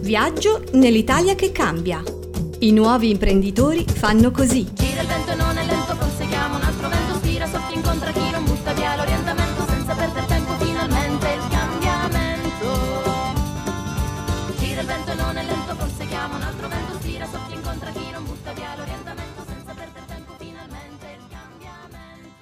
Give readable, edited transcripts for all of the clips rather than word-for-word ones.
Viaggio nell'Italia che cambia. I nuovi imprenditori fanno così. Gira il vento e non è lento, conseguiamo un altro vento, spira, soffia, incontra chi non butta via l'orientamento, senza perdere tempo, finalmente il cambiamento. Gira il vento e non è lento, conseguiamo un altro vento, spira, soffia, incontra chi non butta via l'orientamento, senza perdere tempo, finalmente il cambiamento.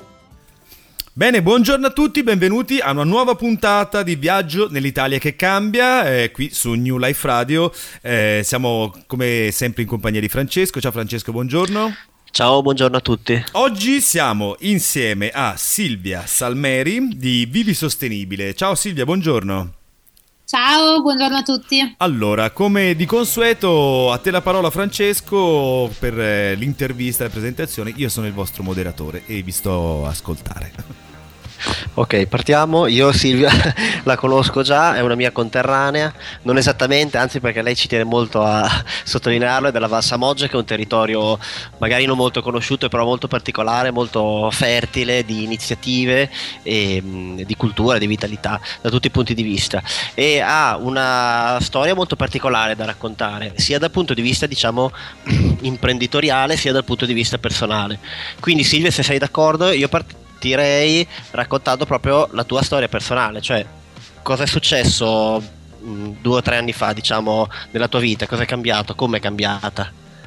Bene, buongiorno a tutti, benvenuti a una nuova puntata di Viaggio nell'Italia che cambia, qui su New Life Radio. Siamo come sempre in compagnia di Francesco. Ciao Francesco, buongiorno. Ciao, buongiorno a tutti. Oggi siamo insieme a Silvia Salmeri di Vivi Sostenibile. Ciao Silvia, buongiorno. Ciao, buongiorno a tutti. Allora, come di consueto, a te la parola Francesco per l'intervista e la presentazione. Io sono il vostro moderatore e vi sto a ascoltare. Ok, partiamo. Io Silvia la conosco già, è una mia conterranea, non esattamente, anzi perché lei ci tiene molto a sottolinearlo, è della Val Samoggia, che è un territorio magari non molto conosciuto, però molto particolare, molto fertile di iniziative e di cultura, di vitalità da tutti i punti di vista, e ha una storia molto particolare da raccontare, sia dal punto di vista diciamo imprenditoriale, sia dal punto di vista personale. Quindi Silvia, se sei d'accordo, io partirei raccontando proprio la tua storia personale, cioè cosa è successo 2 o 3 anni fa, diciamo, nella tua vita, cosa è cambiato, come è cambiata?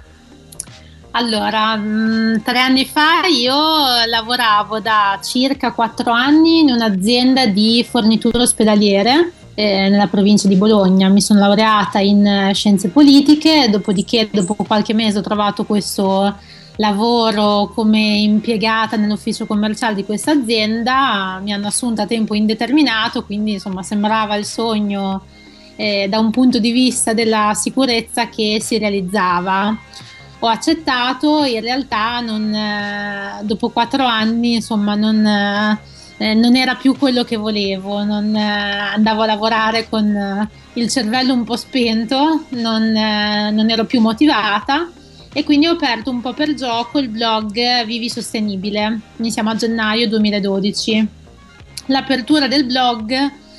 Allora, 3 anni fa io lavoravo da circa 4 anni in un'azienda di forniture ospedaliere nella provincia di Bologna. Mi sono laureata in scienze politiche, dopodiché dopo qualche mese ho trovato questo lavoro come impiegata nell'ufficio commerciale di questa azienda. Mi hanno assunta a tempo indeterminato, quindi insomma sembrava il sogno da un punto di vista della sicurezza che si realizzava. Ho accettato, in realtà dopo 4 anni insomma non era più quello che volevo, andavo a lavorare con il cervello un po' spento, non ero più motivata. E quindi ho aperto un po' per gioco il blog Vivi Sostenibile. Iniziamo a gennaio 2012. L'apertura del blog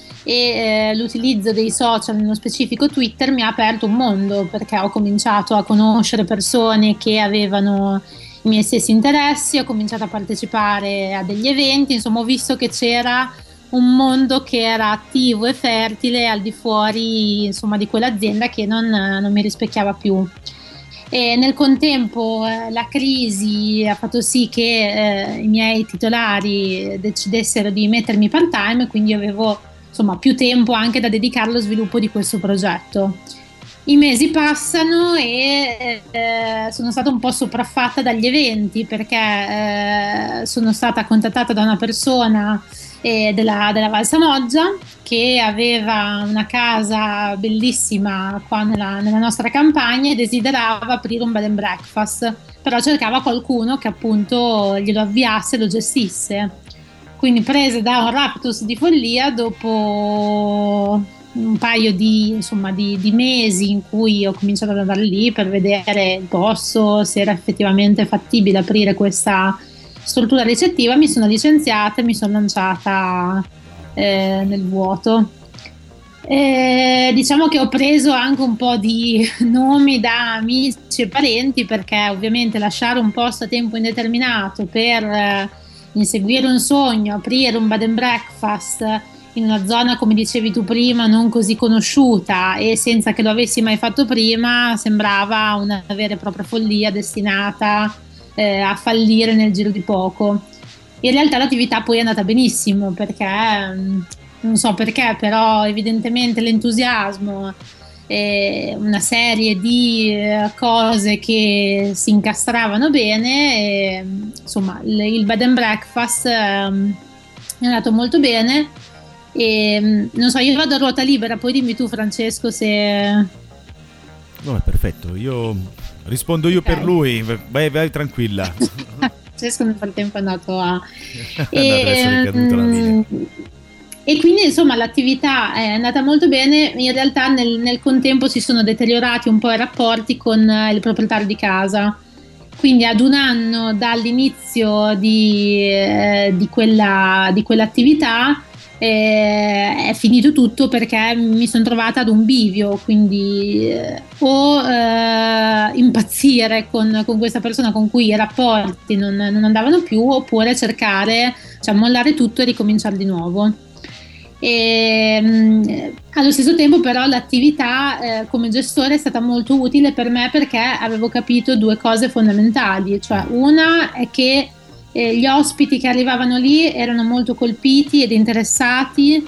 e l'utilizzo dei social, nello specifico Twitter, mi ha aperto un mondo, perché ho cominciato a conoscere persone che avevano i miei stessi interessi, ho cominciato a partecipare a degli eventi, insomma ho visto che c'era un mondo che era attivo e fertile al di fuori insomma di quell'azienda che non mi rispecchiava più. E nel contempo la crisi ha fatto sì che i miei titolari decidessero di mettermi part time, quindi avevo insomma più tempo anche da dedicare allo sviluppo di questo progetto. I mesi passano e sono stata un po' sopraffatta dagli eventi, perché sono stata contattata da una persona della Val Samoggia che aveva una casa bellissima qua nella nostra campagna e desiderava aprire un bed and breakfast, però cercava qualcuno che appunto glielo avviasse e lo gestisse. Quindi, presa da un raptus di follia, dopo un paio di mesi in cui ho cominciato ad andare lì per vedere il posto, se era effettivamente fattibile aprire questa struttura ricettiva, mi sono licenziata e mi sono lanciata nel vuoto. Diciamo che ho preso anche un po' di nomi da amici e parenti, perché ovviamente lasciare un posto a tempo indeterminato per inseguire un sogno, aprire un bed and breakfast in una zona, come dicevi tu prima, non così conosciuta e senza che lo avessi mai fatto prima, sembrava una vera e propria follia destinata a fallire nel giro di poco. In realtà l'attività poi è andata benissimo, perché non so perché, però evidentemente l'entusiasmo e una serie di cose che si incastravano bene e, insomma il bed and breakfast è andato molto bene. E non so, io vado a ruota libera, poi dimmi tu Francesco se... No, è perfetto, io rispondo io, okay. Per lui, vai tranquilla. Francesco nel frattempo è andato a... adesso è ricaduta la linea. E quindi insomma l'attività è andata molto bene. In realtà nel contempo si sono deteriorati un po' i rapporti con il proprietario di casa, quindi ad 1 anno dall'inizio di quell'attività è finito tutto perché mi sono trovata ad un bivio, quindi o impazzire con questa persona con cui i rapporti non andavano più, oppure cercare, cioè mollare tutto e ricominciare di nuovo. E allo stesso tempo però l'attività come gestore è stata molto utile per me, perché avevo capito due cose fondamentali, cioè una è che gli ospiti che arrivavano lì erano molto colpiti ed interessati,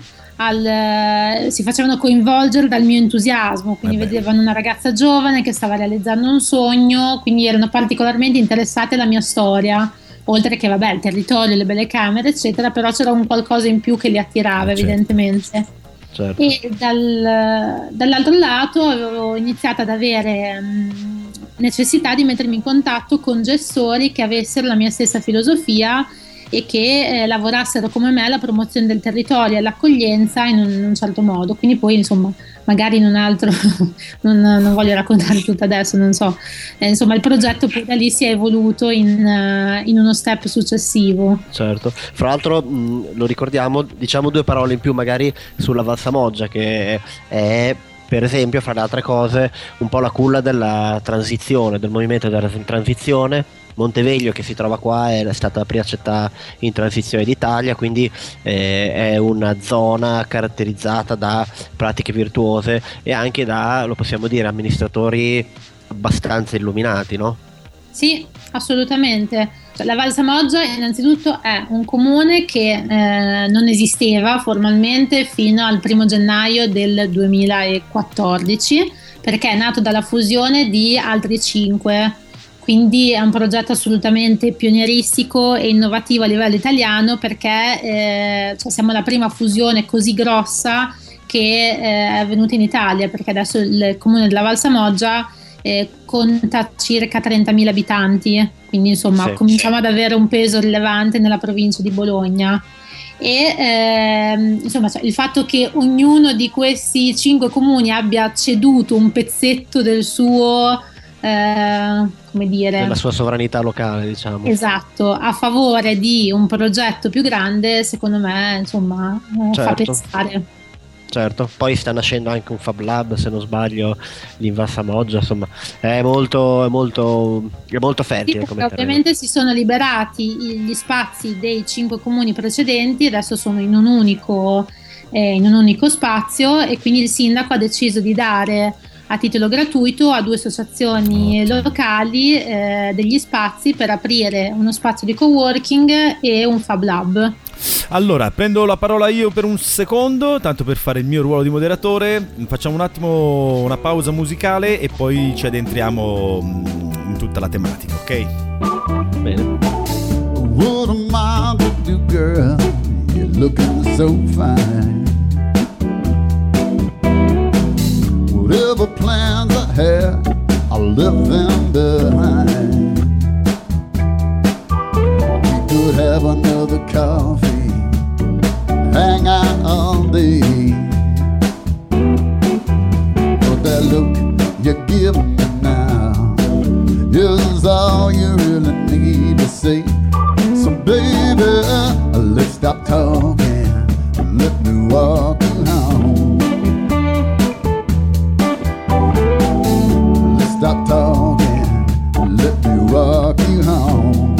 si facevano coinvolgere dal mio entusiasmo, quindi vedevano una ragazza giovane che stava realizzando un sogno, quindi erano particolarmente interessati alla mia storia, oltre che vabbè il territorio, le belle camere eccetera, però c'era un qualcosa in più che li attirava evidentemente. Certo. E dall'altro lato avevo iniziato ad avere necessità di mettermi in contatto con gestori che avessero la mia stessa filosofia e che lavorassero come me alla promozione del territorio e all'accoglienza in un certo modo. Quindi poi insomma magari in un altro non voglio raccontare tutto adesso, non so, insomma il progetto poi da lì si è evoluto in uno step successivo. Certo, fra l'altro lo ricordiamo, diciamo due parole in più magari sulla Valsamoggia, che è per esempio, fra le altre cose, un po' la culla della transizione, del movimento della transizione. Monteveglio, che si trova qua, è stata la prima città in transizione d'Italia, quindi è una zona caratterizzata da pratiche virtuose e anche da, lo possiamo dire, amministratori abbastanza illuminati, no? Sì, assolutamente. La Valsamoggia innanzitutto è un comune che non esisteva formalmente fino al 1° gennaio del 2014, perché è nato dalla fusione di altri 5, quindi è un progetto assolutamente pionieristico e innovativo a livello italiano, perché siamo la prima fusione così grossa che è avvenuta in Italia, perché adesso il comune della Valsamoggia conta circa 30.000 abitanti, quindi insomma sì, cominciamo ad avere un peso rilevante nella provincia di Bologna. E insomma, il fatto che ognuno di questi 5 comuni abbia ceduto un pezzetto del suo come dire, della sua sovranità locale, diciamo, esatto, a favore di un progetto più grande, secondo me insomma certo, fa pensare. Certo, poi sta nascendo anche un Fab Lab, se non sbaglio, lì in Valsamoggia, insomma, è molto fertile, sì, come ovviamente si sono liberati gli spazi dei 5 comuni precedenti, adesso sono in un unico spazio, e quindi il sindaco ha deciso di dare a titolo gratuito a 2 associazioni locali degli spazi per aprire uno spazio di coworking e un Fab Lab. Allora, prendo la parola io per un secondo, tanto per fare il mio ruolo di moderatore. Facciamo un attimo una pausa musicale e poi ci addentriamo in tutta la tematica, ok? Bene. What am I to do, girl? You're looking so fine. Whatever plans I had, I left them behind. We could have another coffee, hang out all day, but that look you give me now is all you really need to say. So baby, let's stop talking, let me walk you home. Let's stop talking, let me walk you home.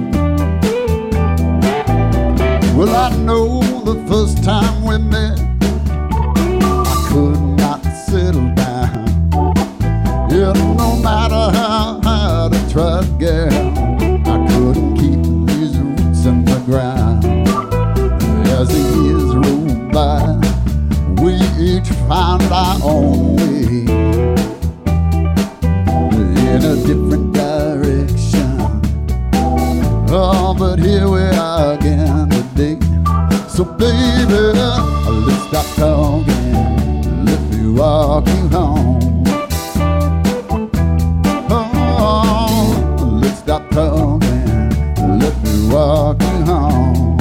Well, I know the first time we met, I could not settle down. Yeah, no matter how hard I tried, girl, I couldn't keep these roots in the ground. As the years rolled by, we each found our own way in a different direction. Oh, but here we are again today. So baby, let's stop talking, let me walk you home. Oh, let's stop talking, let me walk you home.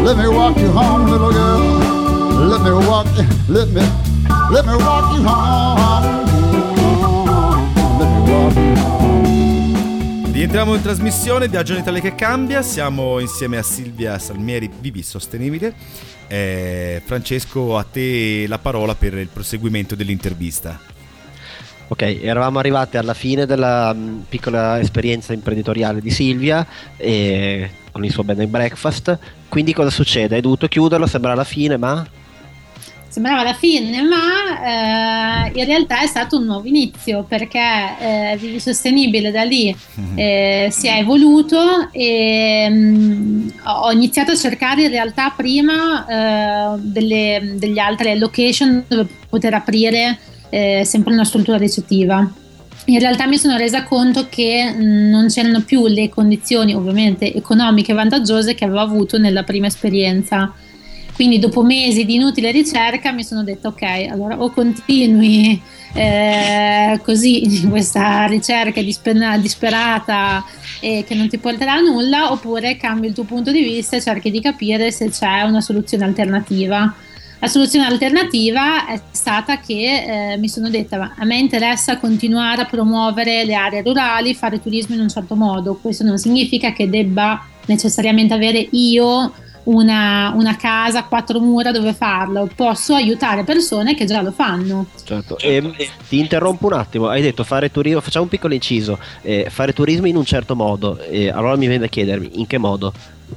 let me walk you home, little girl. Let me walk you, let me walk you home. Let me walk you home. Rientriamo in trasmissione, Viaggio in Italia che cambia. Siamo insieme a Silvia Salmieri, Vivi Sostenibile. Francesco, a te la parola per il proseguimento dell'intervista. Ok, eravamo arrivati alla fine della piccola esperienza imprenditoriale di Silvia con il suo bed and breakfast. Quindi cosa succede? Hai dovuto chiuderlo, sembra la fine, ma... Sembrava la fine, ma in realtà è stato un nuovo inizio, perché Vivi Sostenibile da lì si è evoluto e ho iniziato a cercare in realtà prima delle altre location dove poter aprire sempre una struttura ricettiva. In realtà mi sono resa conto che non c'erano più le condizioni ovviamente economiche vantaggiose che avevo avuto nella prima esperienza. Quindi dopo mesi di inutile ricerca mi sono detta ok, allora o continui così in questa ricerca disperata e che non ti porterà a nulla, oppure cambi il tuo punto di vista e cerchi di capire se c'è una soluzione alternativa. La soluzione alternativa è stata che mi sono detta ma a me interessa continuare a promuovere le aree rurali, fare turismo in un certo modo. Questo non significa che debba necessariamente avere io una casa a 4 mura dove farlo, posso aiutare persone che già lo fanno. Certo. Ti interrompo un attimo, hai detto fare turismo, facciamo un piccolo inciso, fare turismo in un certo modo, allora mi viene da chiedermi in che modo?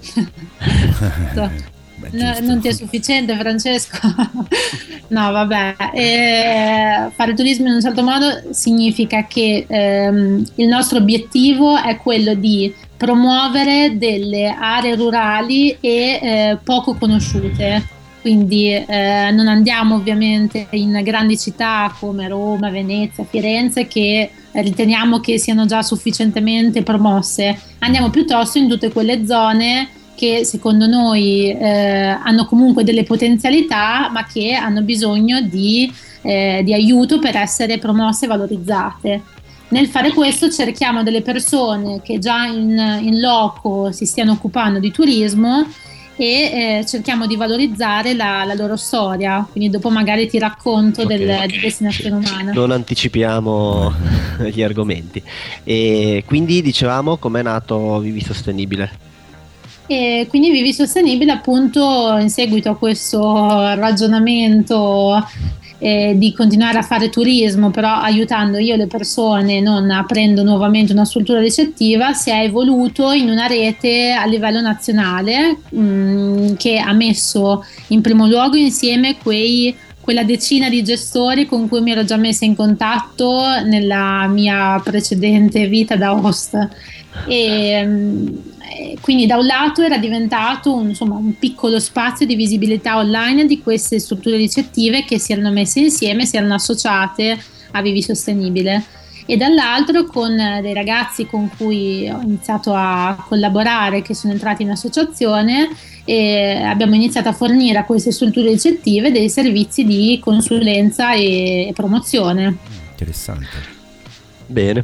Non ti è sufficiente, Francesco? No, vabbè, fare turismo in un certo modo significa che il nostro obiettivo è quello di promuovere delle aree rurali e poco conosciute. Quindi non andiamo ovviamente in grandi città come Roma, Venezia, Firenze, che riteniamo che siano già sufficientemente promosse. Andiamo piuttosto in tutte quelle zone che secondo noi hanno comunque delle potenzialità, ma che hanno bisogno di aiuto per essere promosse e valorizzate. Nel fare questo cerchiamo delle persone che già in loco si stiano occupando di turismo e cerchiamo di valorizzare la loro storia. Quindi dopo magari ti racconto di Destinazione Umana. Non anticipiamo gli argomenti. E quindi dicevamo com'è nato Vivi Sostenibile. E quindi Vivi Sostenibile, appunto, in seguito a questo ragionamento di continuare a fare turismo, però aiutando io le persone, non aprendo nuovamente una struttura ricettiva, si è evoluto in una rete a livello nazionale che ha messo in primo luogo insieme quella decina di gestori con cui mi ero già messa in contatto nella mia precedente vita da host. Quindi da un lato era diventato un piccolo spazio di visibilità online di queste strutture ricettive che si erano messe insieme, si erano associate a Vivi Sostenibile, e dall'altro con dei ragazzi con cui ho iniziato a collaborare, che sono entrati in associazione, e abbiamo iniziato a fornire a queste strutture ricettive dei servizi di consulenza e promozione. Interessante. Bene.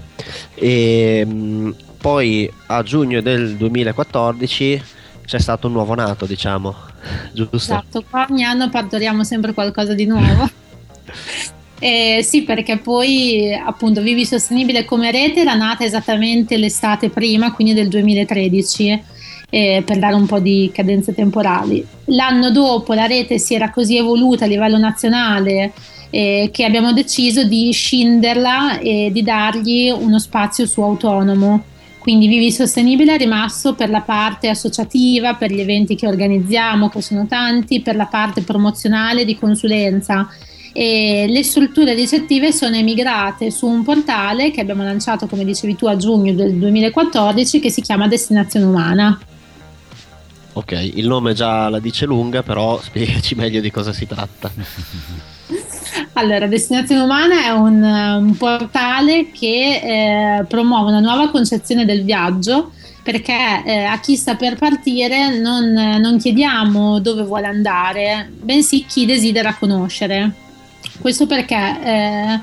Poi a giugno del 2014 c'è stato un nuovo nato, diciamo, giusto? Esatto, ogni anno partoriamo sempre qualcosa di nuovo. Sì, perché poi appunto Vivi Sostenibile come rete era nata esattamente l'estate prima, quindi del 2013, per dare un po' di cadenze temporali. L'anno dopo la rete si era così evoluta a livello nazionale che abbiamo deciso di scinderla e di dargli uno spazio suo autonomo. Quindi Vivi Sostenibile è rimasto per la parte associativa, per gli eventi che organizziamo, che sono tanti, per la parte promozionale di consulenza, e le strutture ricettive sono emigrate su un portale che abbiamo lanciato, come dicevi tu, a giugno del 2014, che si chiama Destinazione Umana. Ok, il nome già la dice lunga, però spiegaci meglio di cosa si tratta. Allora, Destinazione Umana è un portale che promuove una nuova concezione del viaggio, perché a chi sta per partire non chiediamo dove vuole andare, bensì chi desidera conoscere. Questo perché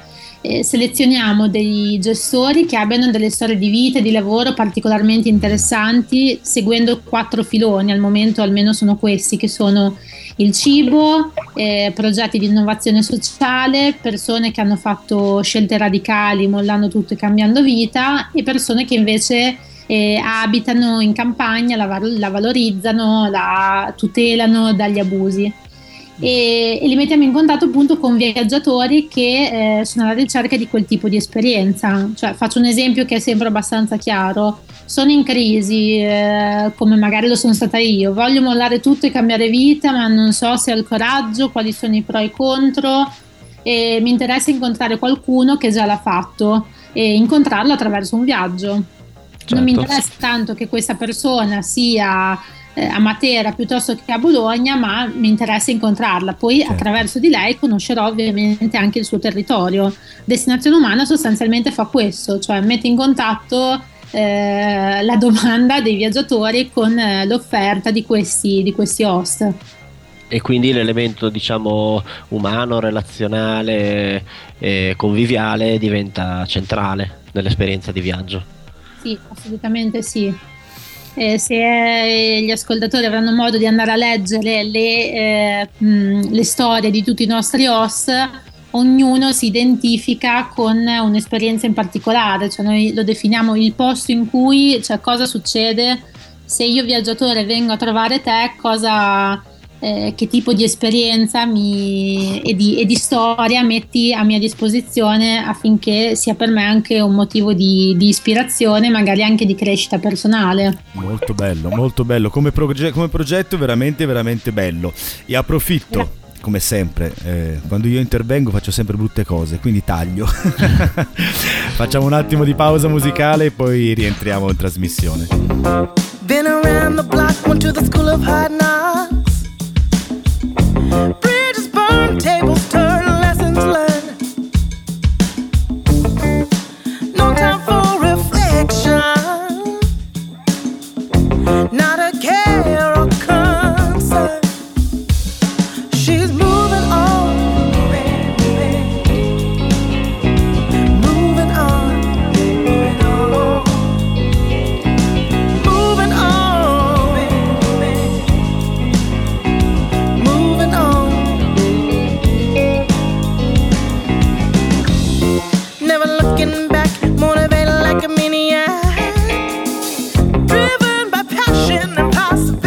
selezioniamo dei gestori che abbiano delle storie di vita e di lavoro particolarmente interessanti, seguendo 4 filoni. Al momento almeno sono questi, che sono il cibo, progetti di innovazione sociale, persone che hanno fatto scelte radicali mollando tutto e cambiando vita, e persone che invece abitano in campagna, la valorizzano, la tutelano dagli abusi. E li mettiamo in contatto appunto con viaggiatori che sono alla ricerca di quel tipo di esperienza. Cioè, faccio un esempio che è sempre abbastanza chiaro: sono in crisi, come magari lo sono stata io, voglio mollare tutto e cambiare vita, ma non so se ho il coraggio, quali sono i pro e i contro, e mi interessa incontrare qualcuno che già l'ha fatto e incontrarlo attraverso un viaggio. Certo. Non mi interessa tanto che questa persona sia a Matera piuttosto che a Bologna, ma mi interessa incontrarla. Poi certo, attraverso di lei conoscerò ovviamente anche il suo territorio. Destinazione Umana sostanzialmente fa questo, cioè mette in contatto la domanda dei viaggiatori con l'offerta di questi host. E quindi l'elemento, diciamo, umano, relazionale e conviviale diventa centrale nell'esperienza di viaggio. Sì, assolutamente sì. Se gli ascoltatori avranno modo di andare a leggere le storie di tutti i nostri host, ognuno si identifica con un'esperienza in particolare. Cioè, noi lo definiamo il posto in cui, cioè cosa succede se io viaggiatore vengo a trovare te, che tipo di esperienza e di storia metti a mia disposizione, affinché sia per me anche un motivo di ispirazione, magari anche di crescita personale. Molto bello, come progetto veramente veramente bello. E approfitto, come sempre, quando io intervengo faccio sempre brutte cose, quindi taglio. Facciamo un attimo di pausa musicale e poi rientriamo in trasmissione. Been around the block, went to the school of hard knocks. Bridges burned, tables turned, lessons learned. No time for reflection, not a care or concern. She's moving on, moving on, moving on, moving on, moving on. Never looking back, motivated like a maniac, driven by passion and possibility.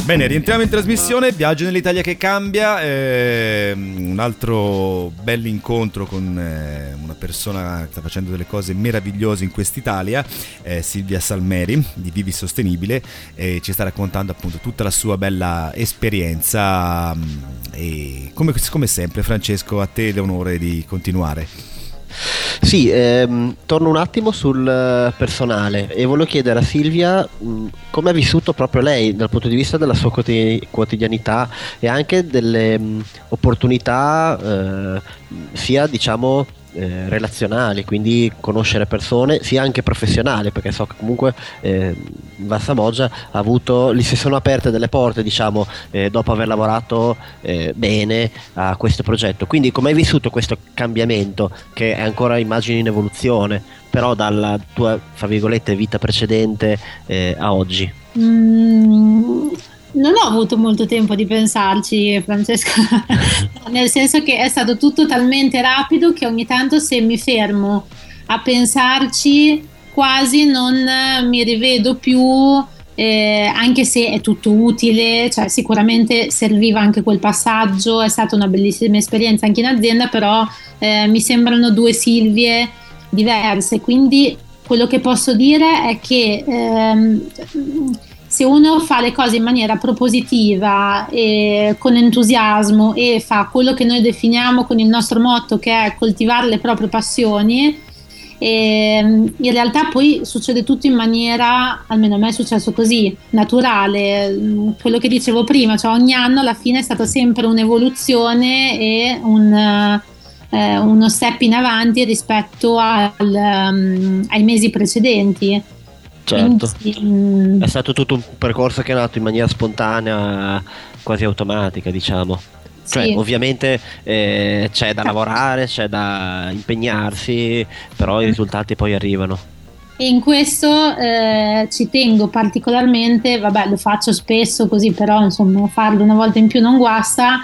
Bene, rientriamo in trasmissione, Viaggio nell'Italia che cambia, un altro bel incontro con una persona che sta facendo delle cose meravigliose in quest'Italia, Silvia Salmeri di Vivi Sostenibile, ci sta raccontando appunto tutta la sua bella esperienza e come sempre Francesco, a te l'onore di continuare. Sì, torno un attimo sul personale e volevo chiedere a Silvia come ha vissuto proprio lei dal punto di vista della sua quotidianità e anche delle opportunità sia diciamo relazionali, quindi conoscere persone, sia anche professionali, perché so che comunque Valsamoggia gli si sono aperte delle porte, diciamo, dopo aver lavorato bene a questo progetto. Quindi come hai vissuto questo cambiamento che è ancora, immagino, in evoluzione, però dalla tua, fra virgolette, vita precedente a oggi? Non ho avuto molto tempo di pensarci, Francesco, nel senso che è stato tutto talmente rapido che ogni tanto, se mi fermo a pensarci, quasi non mi rivedo più, anche se è tutto utile, cioè sicuramente serviva anche quel passaggio, è stata una bellissima esperienza anche in azienda, però mi sembrano due Silvie diverse, quindi quello che posso dire è che se uno fa le cose in maniera propositiva e con entusiasmo e fa quello che noi definiamo con il nostro motto, che è coltivare le proprie passioni, in realtà poi succede tutto in maniera, almeno a me è successo così, naturale. Quello che dicevo prima, cioè ogni anno alla fine è stata sempre un'evoluzione e uno step in avanti rispetto ai mesi precedenti. Certo, quindi, è stato tutto un percorso che è nato in maniera spontanea, quasi automatica, diciamo. Cioè, sì. Ovviamente c'è da lavorare, c'è da impegnarsi, però i risultati poi arrivano. E in questo ci tengo particolarmente, vabbè, lo faccio spesso così, però insomma farlo una volta in più non guasta.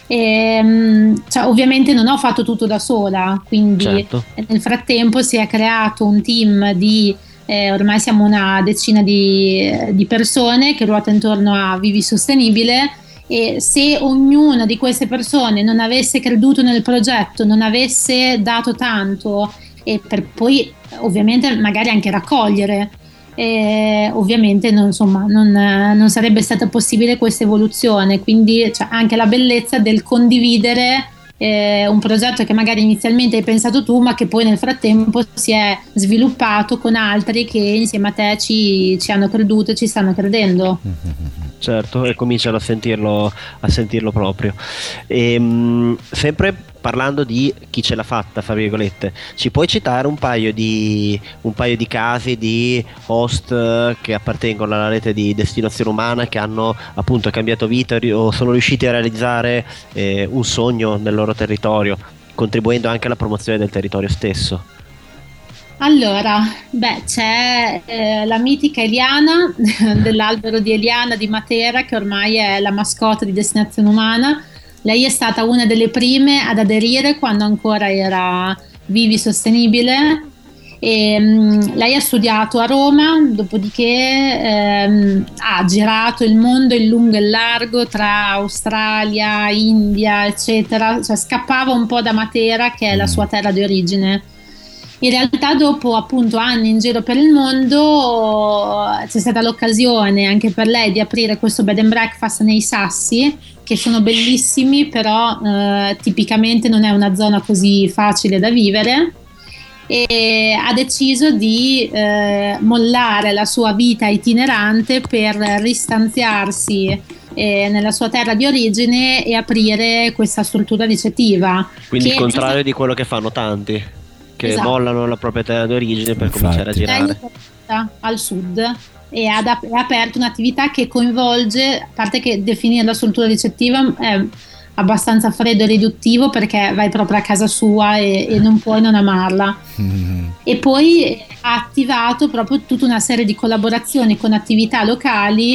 Cioè, ovviamente non ho fatto tutto da sola, quindi certo. Nel frattempo si è creato un team di ormai siamo una decina di persone che ruota intorno a Vivi Sostenibile, e se ognuna di queste persone non avesse creduto nel progetto, non avesse dato tanto, e per poi ovviamente magari anche raccogliere, ovviamente non sarebbe stata possibile questa evoluzione. Quindi c'è anche la bellezza del condividere un progetto che magari inizialmente hai pensato tu, ma che poi nel frattempo si è sviluppato con altri che insieme a te ci hanno creduto e ci stanno credendo. Certo, e cominciano a sentirlo proprio. Sempre parlando di chi ce l'ha fatta, fra virgolette, ci puoi citare un paio di casi di host che appartengono alla rete di Destinazione Umana, che hanno appunto cambiato vita o sono riusciti a realizzare un sogno nel loro territorio, contribuendo anche alla promozione del territorio stesso? Allora, c'è la mitica Eliana dell'albero di Eliana di Matera, che ormai è la mascotte di Destinazione Umana. Lei è stata una delle prime ad aderire quando ancora era Vivi Sostenibile, e lei ha studiato a Roma, dopodiché ha girato il mondo in lungo e in largo tra Australia, India, eccetera, cioè scappava un po' da Matera, che è la sua terra di origine. In realtà dopo appunto anni in giro per il mondo c'è stata l'occasione anche per lei di aprire questo bed and breakfast nei Sassi, che sono bellissimi, però tipicamente non è una zona così facile da vivere, e ha deciso di mollare la sua vita itinerante per ristanziarsi nella sua terra di origine e aprire questa struttura ricettiva. Quindi il contrario di quello che fanno tanti, che esatto, mollano la propria terra d'origine per cominciare a girare. Al sud, e ha aperto un'attività che coinvolge, a parte che definire la struttura ricettiva è abbastanza freddo e riduttivo, perché vai proprio a casa sua e non puoi non amarla. E poi ha attivato proprio tutta una serie di collaborazioni con attività locali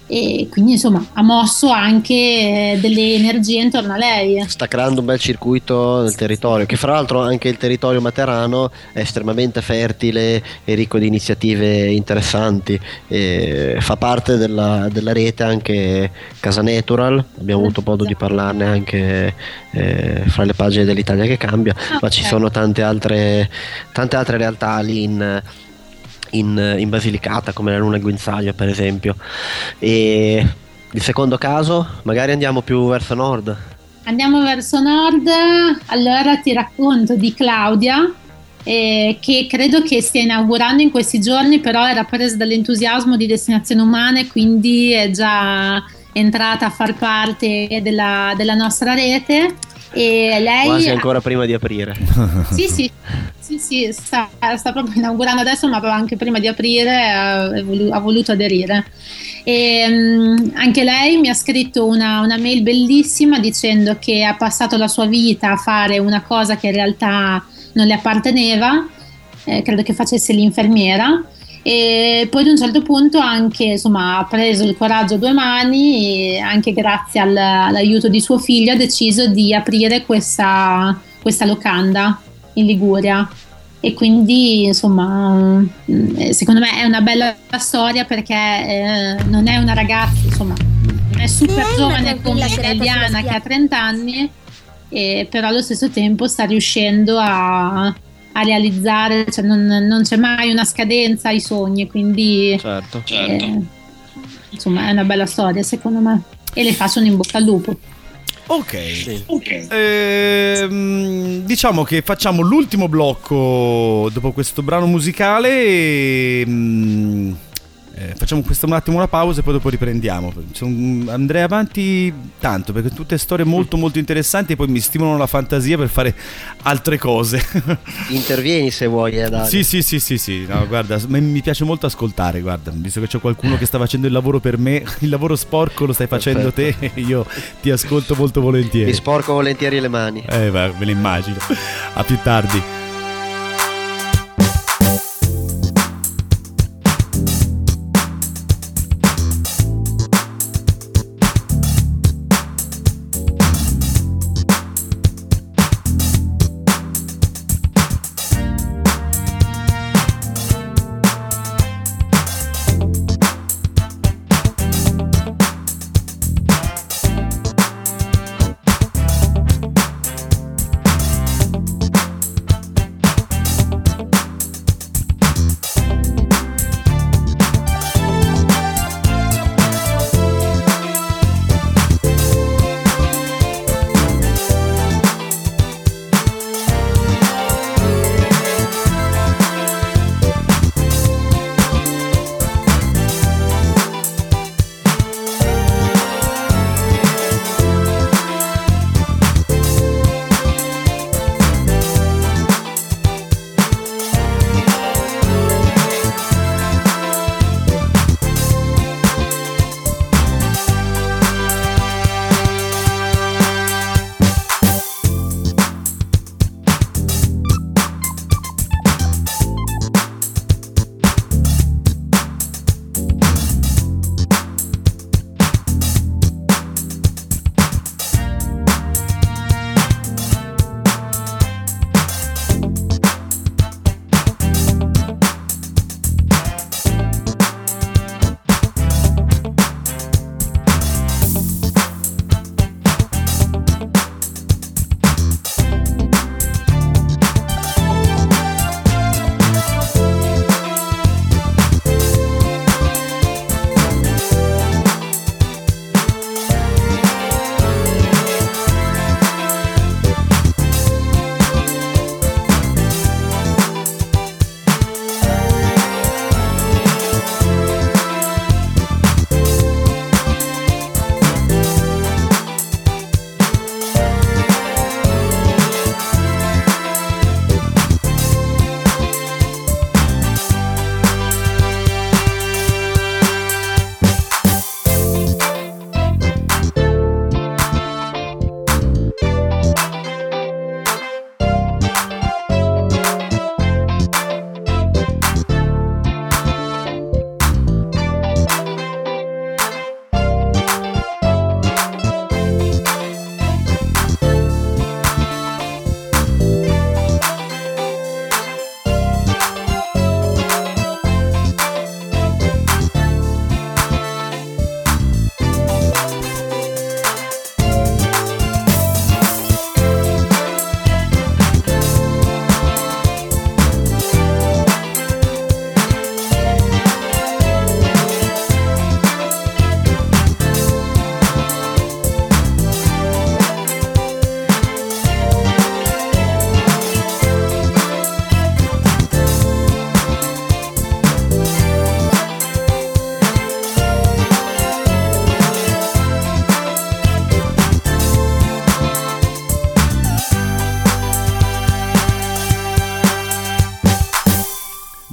e quindi insomma ha mosso anche delle energie intorno a lei. Sta creando un bel circuito nel territorio, che fra l'altro anche il territorio materano è estremamente fertile e ricco di iniziative interessanti, e fa parte della rete anche Casa Natural, abbiamo avuto modo di parlarne anche fra le pagine dell'Italia che cambia, ma ci sono tante altre realtà lì in Basilicata, come la Luna Guinzaglio per esempio. E il secondo caso, magari andiamo più verso nord. Andiamo verso nord, allora ti racconto di Claudia, che credo che stia inaugurando in questi giorni, però era presa dall'entusiasmo di Destinazioni Umane, quindi è già entrata a far parte della nostra rete. E lei quasi ancora prima di aprire. Sì, sta proprio inaugurando adesso, ma anche prima di aprire ha voluto aderire. E anche lei mi ha scritto una mail bellissima dicendo che ha passato la sua vita a fare una cosa che in realtà non le apparteneva, credo che facesse l'infermiera, e poi ad un certo punto anche insomma ha preso il coraggio a due mani e anche grazie all'aiuto di suo figlio ha deciso di aprire questa locanda in Liguria, e quindi insomma secondo me è una bella storia, perché non è una ragazza, insomma non è super giovane come Eliana che ha 30 anni, però allo stesso tempo sta riuscendo a realizzare, cioè non c'è mai una scadenza ai sogni, quindi certo. Insomma è una bella storia secondo me, e le faccio un in bocca al lupo. Ok, Sì. Diciamo che facciamo l'ultimo blocco dopo questo brano musicale e facciamo un attimo una pausa e poi dopo riprendiamo. Andrei avanti tanto perché tutte storie molto molto interessanti e poi mi stimolano la fantasia per fare altre cose. Intervieni se vuoi, Dario. Sì. No, guarda, mi piace molto ascoltare, guarda, visto che c'è qualcuno che sta facendo il lavoro per me, il lavoro sporco lo stai facendo te, e io ti ascolto molto volentieri. Mi sporco volentieri le mani. Me lo immagino. A più tardi.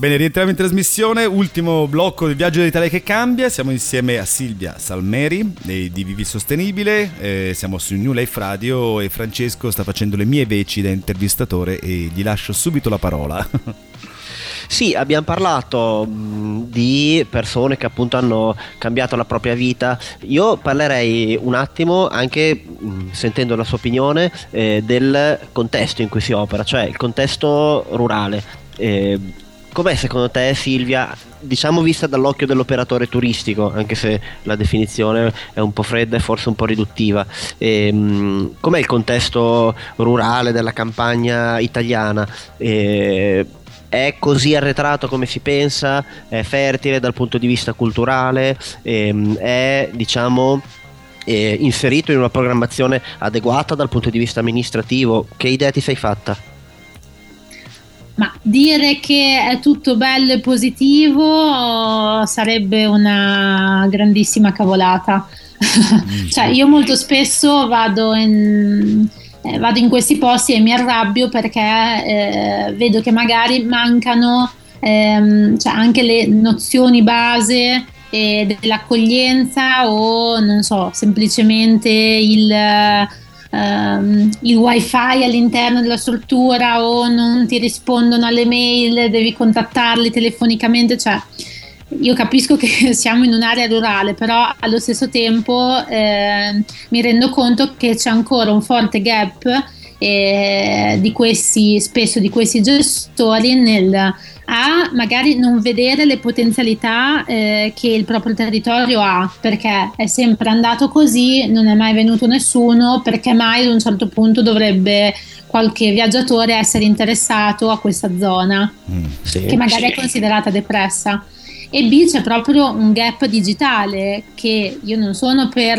Bene, rientriamo in trasmissione, ultimo blocco del Viaggio dell'Italia che cambia. Siamo insieme a Silvia Salmeri di Vivi Sostenibile, siamo su New Life Radio e Francesco sta facendo le mie veci da intervistatore e gli lascio subito la parola. Sì, abbiamo parlato di persone che appunto hanno cambiato la propria vita. Io parlerei un attimo, anche sentendo la sua opinione, del contesto in cui si opera, cioè il contesto rurale. Com'è secondo te, Silvia, diciamo vista dall'occhio dell'operatore turistico, anche se la definizione è un po' fredda e forse un po' riduttiva, com'è il contesto rurale della campagna italiana? È così arretrato come si pensa? È fertile dal punto di vista culturale? È, diciamo, inserito in una programmazione adeguata dal punto di vista amministrativo? Che idea ti sei fatta? Ma dire che è tutto bello e positivo sarebbe una grandissima cavolata. Cioè, io molto spesso vado in questi posti e mi arrabbio perché vedo che magari mancano cioè anche le nozioni base dell'accoglienza, o non so, semplicemente il wifi all'interno della struttura, o non ti rispondono alle mail, devi contattarli telefonicamente. Cioè, io capisco che siamo in un'area rurale, però allo stesso tempo mi rendo conto che c'è ancora un forte gap di questi gestori nel magari non vedere le potenzialità che il proprio territorio ha, perché è sempre andato così, non è mai venuto nessuno, perché mai ad un certo punto dovrebbe qualche viaggiatore essere interessato a questa zona che magari è considerata depressa. E B, c'è proprio un gap digitale, che io non sono per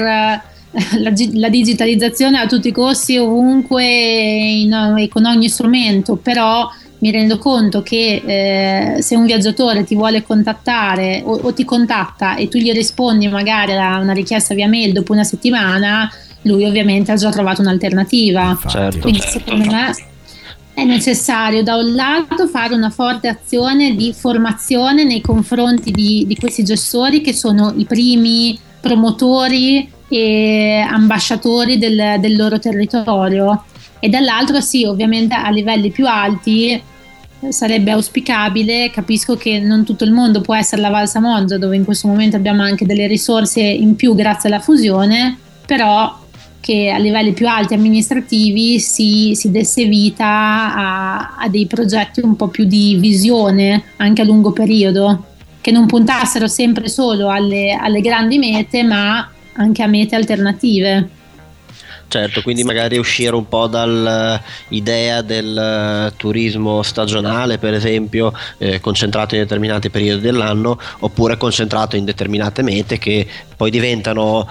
la digitalizzazione a tutti i costi, ovunque e con ogni strumento, però mi rendo conto che se un viaggiatore ti vuole contattare o ti contatta e tu gli rispondi magari a una richiesta via mail dopo una settimana, lui ovviamente ha già trovato un'alternativa. Quindi secondo me è necessario da un lato fare una forte azione di formazione nei confronti di questi gestori, che sono i primi promotori e ambasciatori del loro territorio, e dall'altro sì, ovviamente a livelli più alti sarebbe auspicabile. Capisco che non tutto il mondo può essere la Val Samoggia, dove in questo momento abbiamo anche delle risorse in più grazie alla fusione, però che a livelli più alti amministrativi si desse vita a dei progetti un po' più di visione anche a lungo periodo, che non puntassero sempre solo alle grandi mete, ma anche a mete alternative. Certo, quindi magari uscire un po' dall'idea del turismo stagionale, per esempio, concentrato in determinati periodi dell'anno, oppure concentrato in determinate mete che poi diventano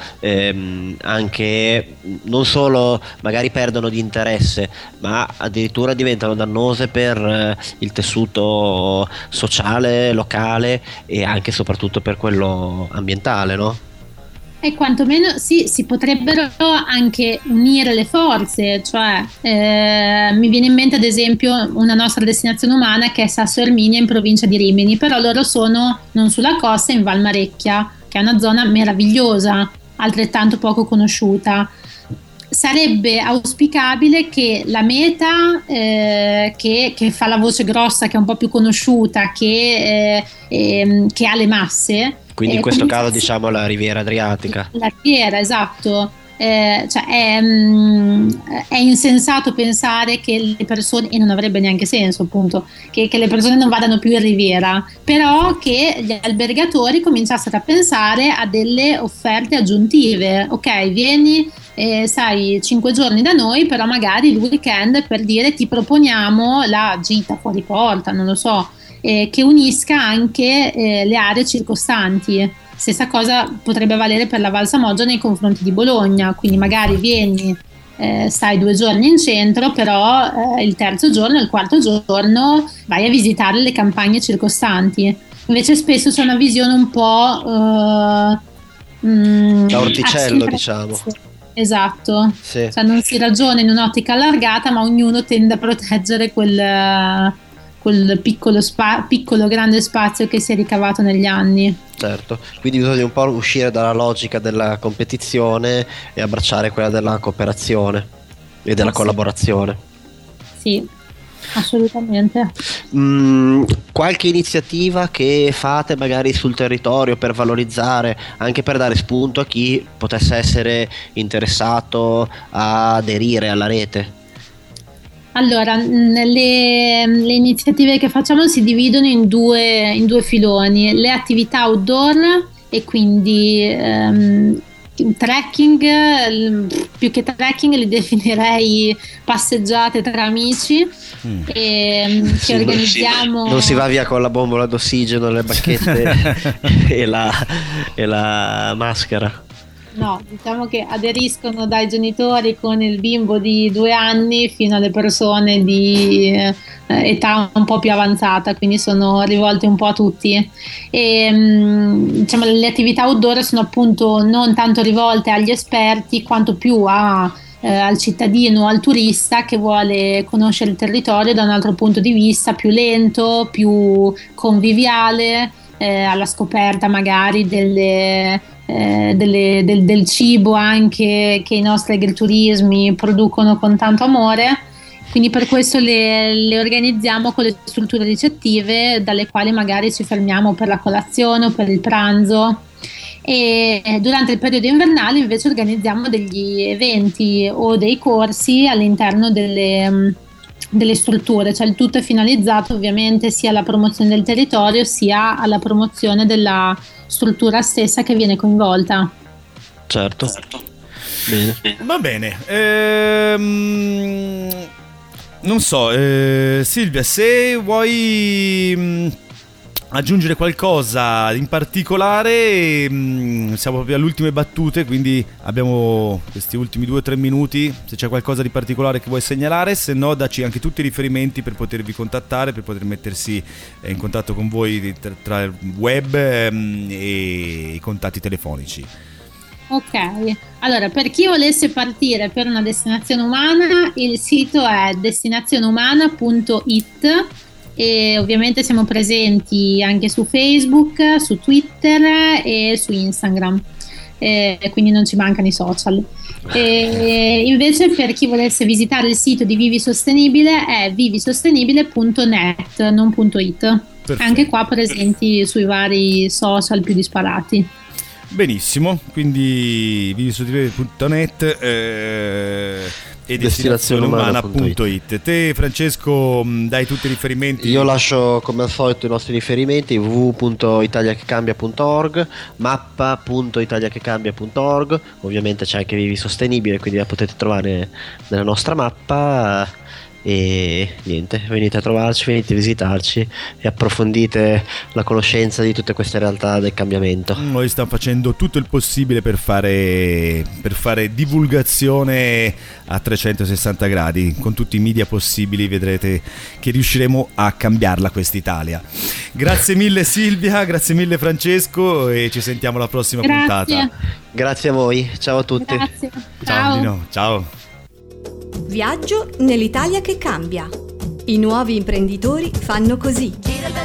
anche, non solo magari perdono di interesse, ma addirittura diventano dannose per il tessuto sociale, locale e anche e soprattutto per quello ambientale, no? E quantomeno sì, si potrebbero anche unire le forze, cioè mi viene in mente ad esempio una nostra destinazione umana che è Sasso Erminia in provincia di Rimini, però loro sono non sulla costa, in Val Marecchia, che è una zona meravigliosa, altrettanto poco conosciuta. Sarebbe auspicabile che la meta che fa la voce grossa, che è un po' più conosciuta, che ha le masse. Quindi in questo caso diciamo la Riviera Adriatica. La Riviera, esatto. Cioè è insensato pensare che le persone, e non avrebbe neanche senso appunto, che le persone non vadano più in Riviera, però che gli albergatori cominciassero a pensare a delle offerte aggiuntive. Ok, vieni, sai, 5 giorni da noi, però magari il weekend, per dire, ti proponiamo la gita fuori porta, non lo so, che unisca anche le aree circostanti. Stessa cosa potrebbe valere per la Val Samoggia nei confronti di Bologna, quindi magari vieni, stai 2 giorni in centro, però il terzo giorno e il quarto giorno vai a visitare le campagne circostanti. Invece spesso c'è una visione un po' da orticello, diciamo. Esatto, sì. Cioè non si ragiona in un'ottica allargata, ma ognuno tende a proteggere quel quel piccolo grande spazio che si è ricavato negli anni. Certo, quindi bisogna un po' uscire dalla logica della competizione e abbracciare quella della cooperazione e della collaborazione. Sì, assolutamente. Qualche iniziativa che fate magari sul territorio per valorizzare, anche per dare spunto a chi potesse essere interessato a aderire alla rete? Allora, le iniziative che facciamo si dividono in due filoni: le attività outdoor, e quindi trekking, più che trekking li definirei passeggiate tra amici, che organizziamo. Non si va via con la bombola d'ossigeno, le bacchette e la maschera. No, diciamo che aderiscono dai genitori con il bimbo di 2 anni fino alle persone di età un po' più avanzata, quindi sono rivolte un po' a tutti. E diciamo, le attività outdoor sono appunto non tanto rivolte agli esperti quanto più al cittadino, al turista che vuole conoscere il territorio da un altro punto di vista, più lento, più conviviale, alla scoperta magari del cibo anche che i nostri agriturismi producono con tanto amore. Quindi per questo le organizziamo con le strutture ricettive, dalle quali magari ci fermiamo per la colazione o per il pranzo. E durante il periodo invernale invece organizziamo degli eventi o dei corsi all'interno delle strutture, cioè il tutto è finalizzato ovviamente sia alla promozione del territorio sia alla promozione della struttura stessa che viene coinvolta. Certo. Bene. Va bene. Non so, Silvia, se vuoi aggiungere qualcosa in particolare, siamo proprio alle ultime battute, quindi abbiamo questi ultimi 2 o 3 minuti. Se c'è qualcosa di particolare che vuoi segnalare, se no dacci anche tutti i riferimenti per potervi contattare, per poter mettersi in contatto con voi tra il web e i contatti telefonici. Ok, allora per chi volesse partire per una destinazione umana, il sito è destinazioneumana.it e ovviamente siamo presenti anche su Facebook, su Twitter e su Instagram, quindi non ci mancano i social. Invece per chi volesse visitare il sito di Vivi Sostenibile è vivisostenibile.net, non .it. Perfetto. Anche qua presenti sui vari social più disparati. Benissimo, quindi vivisostenibile.net e destinazioneumana.it. Te, Francesco, dai tutti i riferimenti? Io lascio come al solito i nostri riferimenti: www.italiachecambia.org, mappa.italiachecambia.org. Ovviamente c'è anche Vivi Sostenibile, quindi la potete trovare nella nostra mappa. E niente, venite a trovarci, venite a visitarci e approfondite la conoscenza di tutte queste realtà del cambiamento. Noi stiamo facendo tutto il possibile per fare divulgazione a 360 gradi con tutti i media possibili. Vedrete che riusciremo a cambiarla quest'Italia. Grazie mille Silvia, grazie mille Francesco e ci sentiamo alla prossima puntata. Grazie a voi, ciao a tutti. Grazie. Ciao Dino, ciao. Viaggio nell'Italia che cambia. I nuovi imprenditori fanno così. Gira il